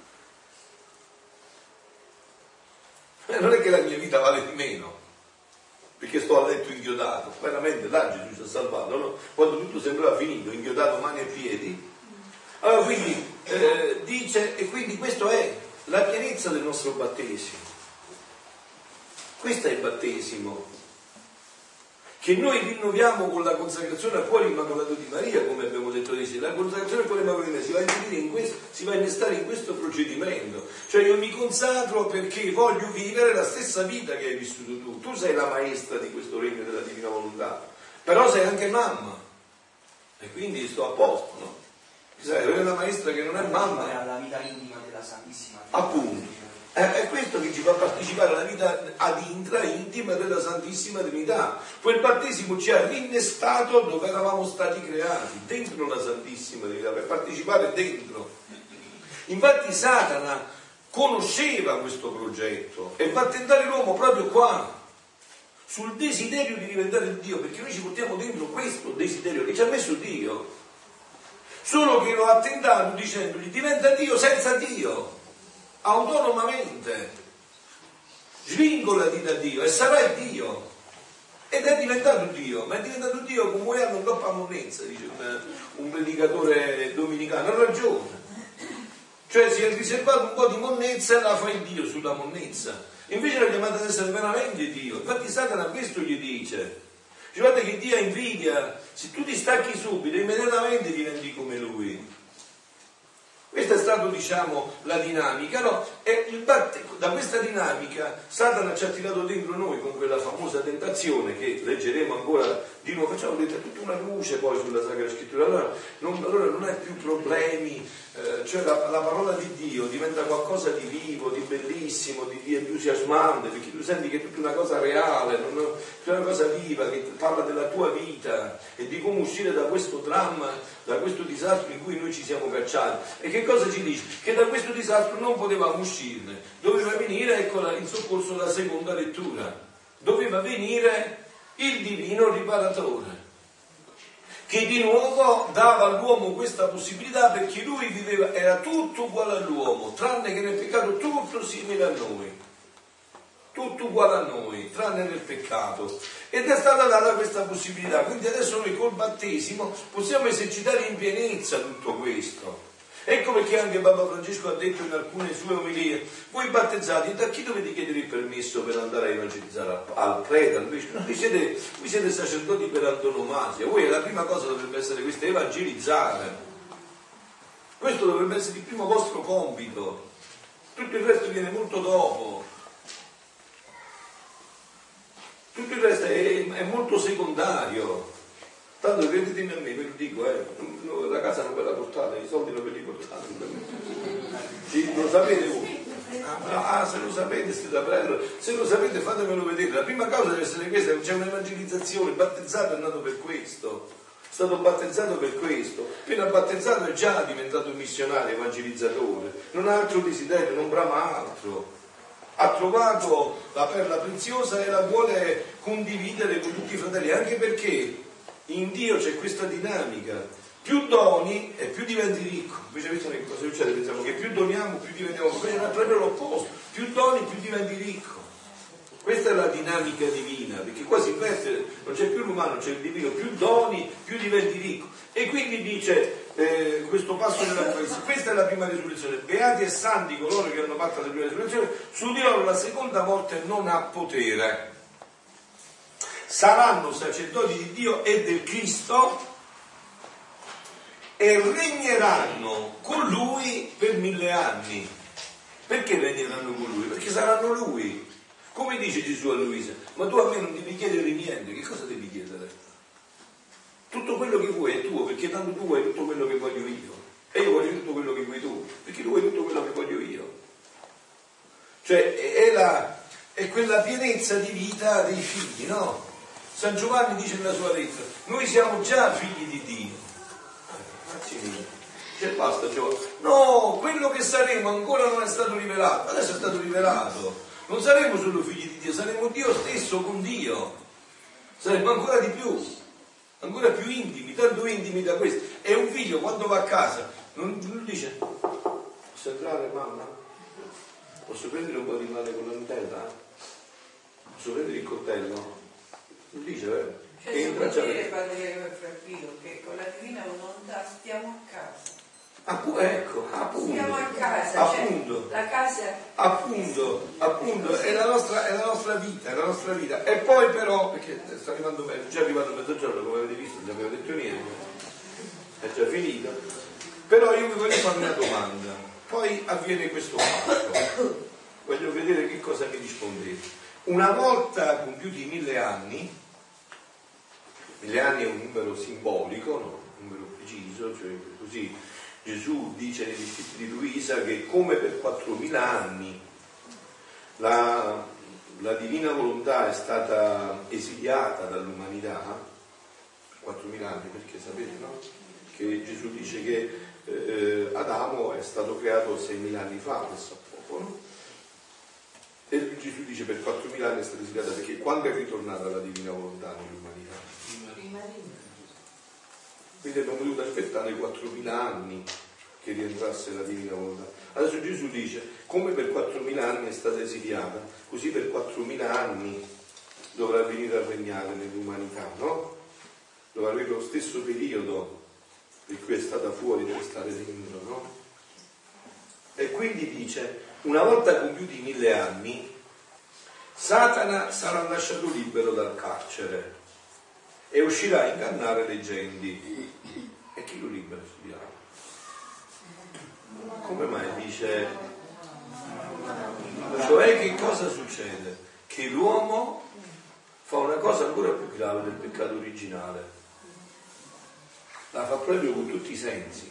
Eh, non è che la mia vita vale di meno perché sto a letto inchiodato, veramente là Gesù ci ha salvato, no? Quando tutto sembrava finito, inchiodato mani e piedi. Allora quindi eh, dice, e quindi questo è la pienezza del nostro battesimo. Questo è il battesimo che noi rinnoviamo con la consacrazione al cuore immacolato di Maria, come abbiamo detto ieri. La consacrazione al cuore immacolato di Maria si va a inserire in questo, si va a innestare in questo procedimento. Cioè io mi consacro perché voglio vivere la stessa vita che hai vissuto tu. Tu sei la maestra di questo regno della divina volontà, però sei anche mamma. E quindi sto a posto, no? Sai, è una maestra che non è mamma. È la vita intima della Santissima. Appunto. È questo che ci fa partecipare alla vita ad intra, intima della Santissima Trinità. Quel battesimo ci ha rinnestato dove eravamo stati creati, dentro la Santissima Trinità, per partecipare dentro. Infatti Satana conosceva questo progetto e va a tentare l'uomo proprio qua, sul desiderio di diventare Dio, perché noi ci portiamo dentro questo desiderio che ci ha messo Dio. Solo che lo ha tentato dicendogli: diventa Dio senza Dio, autonomamente, svingolati da Dio e sarai Dio. Ed è diventato Dio, ma è diventato Dio con voi hanno troppa monnezza, dice un, un predicatore dominicano. Ha ragione, cioè si è riservato un po' di monnezza e la fa il Dio sulla monnezza, invece era chiamato ad essere veramente Dio. Infatti Satana questo gli dice: guarda che Dio ha invidia, se tu ti stacchi subito immediatamente diventi come Lui. Questa è stata, diciamo, la dinamica, no? E il batte, da questa dinamica Satana ci ha tirato dentro noi con quella famosa tentazione che leggeremo ancora di nuovo. Facciamo vedere tutta una luce poi sulla Sacra Scrittura. Allora non, allora non hai più problemi, eh, cioè la, la parola di Dio diventa qualcosa di vivo, di bellissimo, di, di entusiasmante, perché tu senti che è tutta una cosa reale, non è, tutta una cosa viva che parla della tua vita e di come uscire da questo dramma, da questo disastro in cui noi ci siamo cacciati. E che cosa ci dice? Che da questo disastro non potevamo uscirne, doveva venire, ecco, in soccorso la seconda lettura, doveva venire il divino riparatore, che di nuovo dava all'uomo questa possibilità, perché lui viveva, era tutto uguale all'uomo, tranne che nel peccato tutto simile a noi, tutto uguale a noi, tranne nel peccato, ed è stata data questa possibilità. Quindi adesso noi col battesimo possiamo esercitare in pienezza tutto questo. Ecco perché anche Papa Francesco ha detto in alcune sue omelie: voi battezzati, da chi dovete chiedere il permesso per andare a evangelizzare? Al prete, al vescovo? Voi siete, voi siete sacerdoti per antonomasia. Voi la prima cosa dovrebbe essere questa: evangelizzare. Questo dovrebbe essere il primo vostro compito, tutto il resto viene molto dopo. Tutto il resto è è molto secondario. Tanto credetemi a me, ve lo dico, eh, la casa non ve la portate, i soldi non ve li portate. Sì, lo sapete voi? Ah, se lo sapete state a prendere, se lo sapete fatemelo vedere. La prima causa deve essere questa, c'è un'evangelizzazione, il battezzato è nato per questo, è stato battezzato per questo, appena battezzato è già diventato un missionario, evangelizzatore, non ha altro desiderio, non brama altro. Ha trovato la perla preziosa e la vuole condividere con tutti i fratelli, anche perché in Dio c'è questa dinamica. Più doni e più diventi ricco. Invece visto che cosa succede? Pensiamo che più doniamo più diventiamo ricchi, invece è proprio l'opposto. Più doni più diventi ricco. Questa è la dinamica divina, perché qua si inverte, non c'è più l'umano, c'è il divino. Più doni più diventi ricco. E quindi dice eh, questo passo dell'Apocalisse, questa è la prima risurrezione. Beati e santi coloro che hanno fatto la prima risurrezione, su di loro la seconda morte non ha potere. Saranno sacerdoti di Dio e del Cristo e regneranno con lui per mille anni. Perché regneranno con lui? Perché saranno lui. Come dice Gesù a Luisa, ma tu a me non devi chiedere niente, che cosa devi chiedere? Tutto quello che vuoi è tuo, perché tanto tu vuoi tutto quello che voglio io e io voglio tutto quello che vuoi tu, perché tu vuoi tutto quello che voglio io. Cioè è, la, è quella pienezza di vita dei figli, no? San Giovanni dice nella sua lettera, noi siamo già figli di Dio. Cioè basta, cioè, no, quello che saremo ancora non è stato rivelato, adesso è stato rivelato. Non saremo solo figli di Dio, saremo Dio stesso con Dio, saremo ancora di più, ancora più intimi, tanto intimi da questo. E un figlio quando va a casa non, non dice, posso entrare mamma? Posso prendere un po' di pane con la Nutella? Posso prendere il coltello? Non dice, vero? Cioè, si può dire, padre Frappino, che con la divina volontà stiamo a casa. Ah, ecco, appunto. Stiamo a casa, appunto, cioè, la casa. Appunto, appunto, è la nostra, è la nostra vita, è la nostra vita. E poi però, perché sta arrivando bene, già è arrivato mezzogiorno, come avete visto, non avevo detto niente, è già finito. Però io vi voglio fare una domanda. Poi avviene questo fatto. Voglio vedere che cosa mi rispondete. Una volta compiuti mille anni, mille anni è un numero simbolico, no? Un numero preciso, cioè così Gesù dice negli scritti di Luisa che come per quattromila anni la, la divina volontà è stata esiliata dall'umanità, quattromila anni, perché sapete, no? Che Gesù dice che eh, Adamo è stato creato seimila anni fa, adesso a poco, no? E Gesù dice per quattromila anni è stata esiliata, perché quando è ritornata la divina volontà nell'umanità? Quindi abbiamo dovuto aspettare quattromila anni che rientrasse la divina volontà. Adesso Gesù dice, come per quattromila anni è stata esiliata, così per quattromila anni dovrà venire a regnare nell'umanità, no? Dovrà avere lo stesso periodo per cui è stata fuori deve stare dentro, no? E quindi dice, una volta compiuti mille anni, Satana sarà lasciato libero dal carcere e uscirà a ingannare le genti. E chi lo libera sul diavolo? Come mai dice? Cioè che cosa succede? Che l'uomo fa una cosa ancora più grave del peccato originale. La fa proprio con tutti i sensi.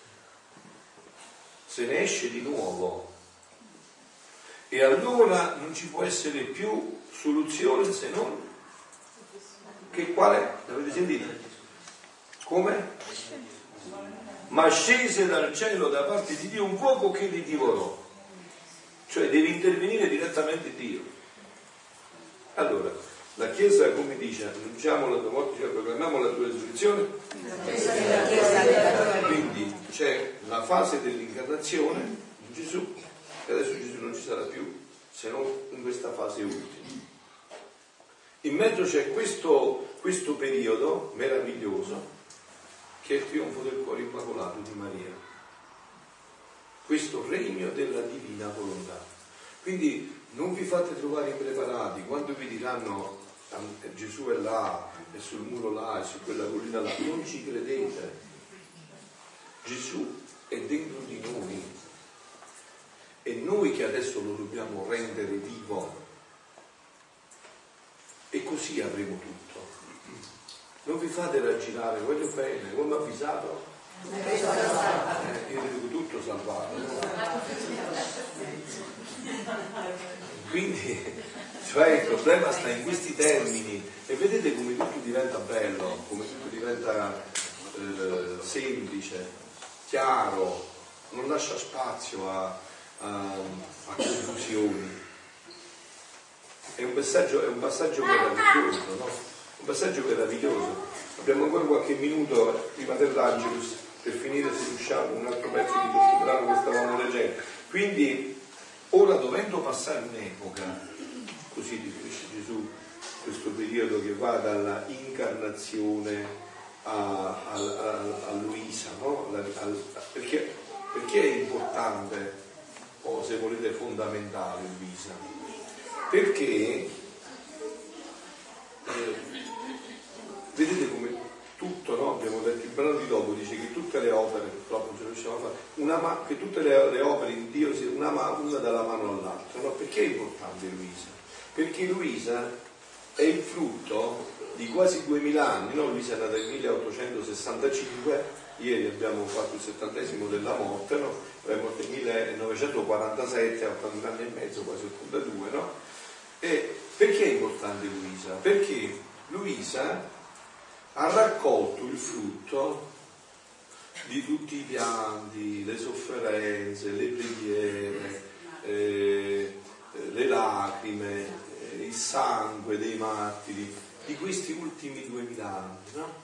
Se ne esce di nuovo. E allora non ci può essere più soluzione se non che quale? L'avete sentito? Come? Ma scese dal cielo da parte di Dio un fuoco che li divorò. Cioè deve intervenire direttamente Dio. Allora, la Chiesa come dice, annunciamo la tua morte, cioè proclamiamo la tua risurrezione. Quindi c'è la fase dell'incarnazione in Gesù, che adesso Gesù non ci sarà più, se non in questa fase ultima. In mezzo c'è questo, questo periodo meraviglioso che è il trionfo del cuore immacolato di Maria, questo regno della divina volontà. Quindi non vi fate trovare impreparati quando vi diranno Gesù è là, è sul muro là, è su quella collina là, non ci credete. Gesù è dentro di noi e noi che adesso lo dobbiamo rendere vivo. E così avremo tutto. non vi fate raggirare, voglio bene, come avvisato? Eh, io dico tutto salvato, no? Quindi cioè il problema sta in questi termini, e vedete come tutto diventa bello, come tutto diventa eh, semplice, chiaro, non lascia spazio a, a, a confusioni. È un passaggio, è un passaggio meraviglioso, no? Un passaggio meraviglioso. Abbiamo ancora qualche minuto prima dell'Angelus per finire, se riusciamo, un altro pezzo di questo brano che stavamo leggendo. Quindi ora, dovendo passare un'epoca, così definisce Gesù questo periodo che va dalla incarnazione a, a, a, a Luisa, no? a, a, perché, perché è importante, o se volete fondamentale, Luisa? Perché eh, vedete come tutto, no? Abbiamo detto, il brano di dopo dice che tutte le opere, purtroppo non ce ne riusciamo a fare, una ma- che tutte le, le opere in Dio siano una, ma- una dalla mano all'altra, no? Perché è importante Luisa? Perché Luisa è il frutto di quasi duemila anni, no? Luisa è nata nel milleottocentosessantacinque, ieri abbiamo fatto il settantesimo della morte, no? È morta nel millenovecentoquarantasette, a ottanta anni e mezzo, quasi ottantadue, no? E perché è importante Luisa? Perché Luisa ha raccolto il frutto di tutti i pianti, le sofferenze, le preghiere, eh, le lacrime, eh, il sangue dei martiri di questi ultimi duemila anni, no?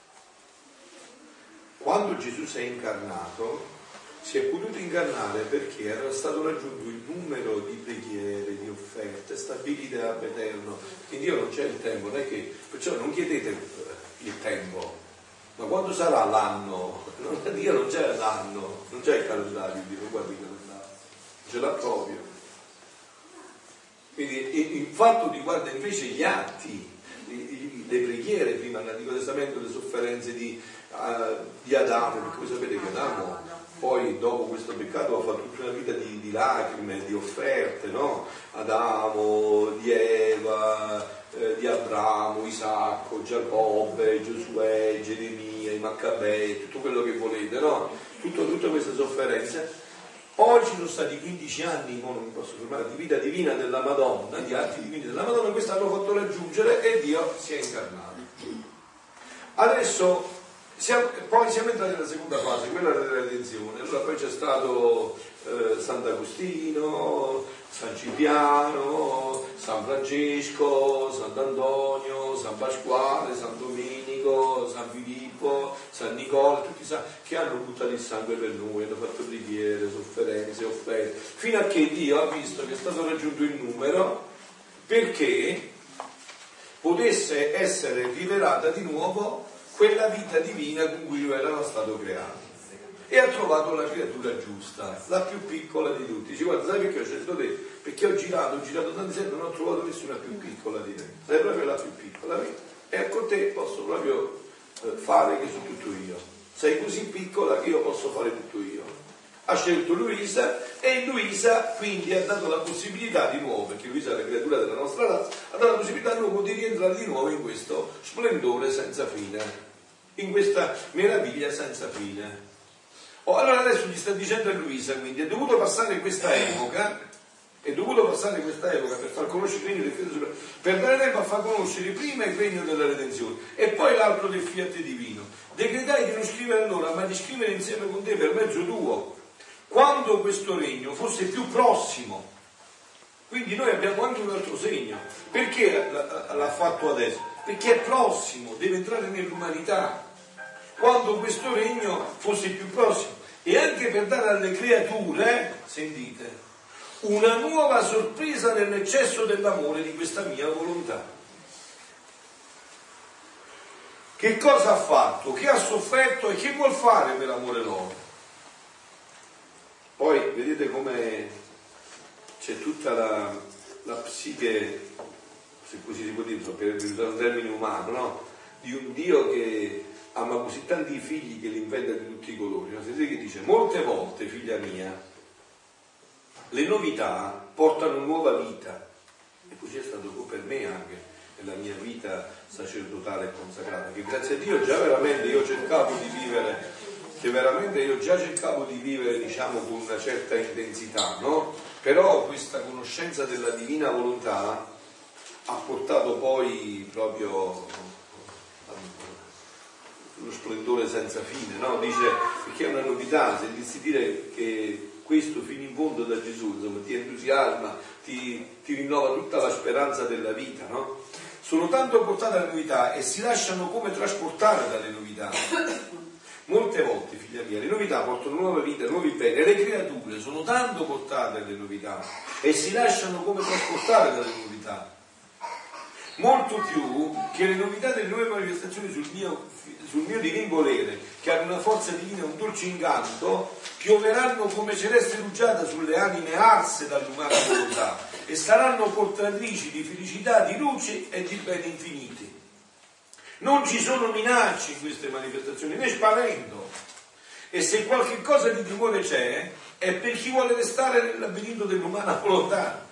Quando Gesù si è incarnato, si è potuto incarnare perché era stato raggiunto il numero di preghiere, di offerte stabilite ab eterno. In Dio non c'è il tempo, non è che, perciò non chiedete il tempo, ma quando sarà l'anno? Non, Dio non c'è l'anno, non c'è il calendario, Dio non guarda il calendario, ce l'ha proprio. Quindi il fatto riguarda invece gli atti, le preghiere prima nell'Antico Testamento, le sofferenze di, uh, di Adamo, perché voi sapete che Adamo poi dopo questo peccato ha fatto tutta una vita di, di lacrime, di offerte, no? Adamo, di Eva, eh, di Abramo, Isacco, Giacobbe, Giosuè, Geremia, i Maccabei, tutto quello che volete, no? Tutto, tutte queste sofferenze. Poi ci sono stati quindici anni, non mi posso fermare, di vita divina della Madonna, di atti divini della Madonna, questo hanno fatto raggiungere e Dio si è incarnato. Adesso siamo, poi siamo entrati nella seconda fase, quella della redenzione. Allora poi c'è stato eh, Sant'Agostino, San Cipriano, San Francesco, Sant'Antonio, San Pasquale, San Domenico, San Filippo, San Nicola, tutti i santi che hanno buttato il sangue per noi, hanno fatto preghiere, sofferenze, offerte, fino a che Dio ha visto che è stato raggiunto il numero perché potesse essere rivelata di nuovo quella vita divina con cui lui era stato creato, e ha trovato la creatura giusta, la più piccola di tutti. Dice, guarda, sai perché ho scelto te? Perché ho girato, ho girato tanti sempre, non ho trovato nessuna più piccola di te, sei proprio la più piccola, e con te posso proprio fare che sono tutto io, sei così piccola che io posso fare tutto io. Ha scelto Luisa, e Luisa quindi ha dato la possibilità di nuovo, perché Luisa è la creatura della nostra razza, ha dato la possibilità di nuovo di rientrare di nuovo in questo splendore senza fine, in questa meraviglia senza fine. Oh, allora adesso gli sta dicendo a Luisa, quindi è dovuto passare questa epoca, è dovuto passare questa epoca per far conoscere il regno del fiat supremo, per dare tempo a far conoscere prima il regno della redenzione e poi l'altro del fiat divino. Decretai di non scrivere allora, ma di scrivere insieme con te per mezzo tuo, quando questo regno fosse più prossimo. Quindi noi abbiamo anche un altro segno. Perché l'ha fatto adesso? Perché è prossimo, deve entrare nell'umanità. Quando questo regno fosse più prossimo, e anche per dare alle creature, sentite, una nuova sorpresa nell'eccesso dell'amore di questa mia volontà. Che cosa ha fatto? Che ha sofferto e che vuol fare per amore loro? Poi vedete come c'è tutta la, la psiche, se così si può dire, per usare un termine umano, no? Di un Dio che ama così tanti figli che li inventa di tutti i colori. No? Sentite che dice, molte volte, figlia mia, le novità portano nuova vita, e così è stato per me anche, è nella mia vita sacerdotale e consacrata, che grazie a Dio già veramente io cercavo di vivere, che veramente io già cercavo di vivere, diciamo, con una certa intensità, no? Però questa conoscenza della divina volontà ha portato poi proprio lo splendore senza fine, no? Dice, perché è una novità, se dissi dire che questo fino in fondo da Gesù, insomma, ti entusiasma, ti, ti rinnova tutta la speranza della vita, no? Sono tanto portate alle novità e si lasciano come trasportare dalle novità. Molte volte, figlia mia, le novità portano nuove vite, nuovi beni, e le creature sono tanto portate alle novità e si lasciano come trasportare dalle novità. Molto più che le novità delle nuove manifestazioni sul mio, sul mio divin volere, che hanno una forza divina e un dolce incanto, pioveranno come celeste rugiada sulle anime arse dall'umana volontà e saranno portatrici di felicità, di luce e di beni infiniti. Non ci sono minacce in queste manifestazioni, né spavento, e se qualche cosa di timore c'è, è per chi vuole restare nel labirinto dell'umana volontà.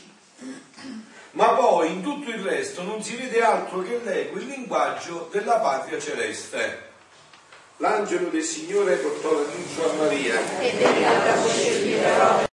Ma poi in tutto il resto non si vede altro che l'eco, il linguaggio della patria celeste. L'angelo del Signore portò l'annuncio a Maria.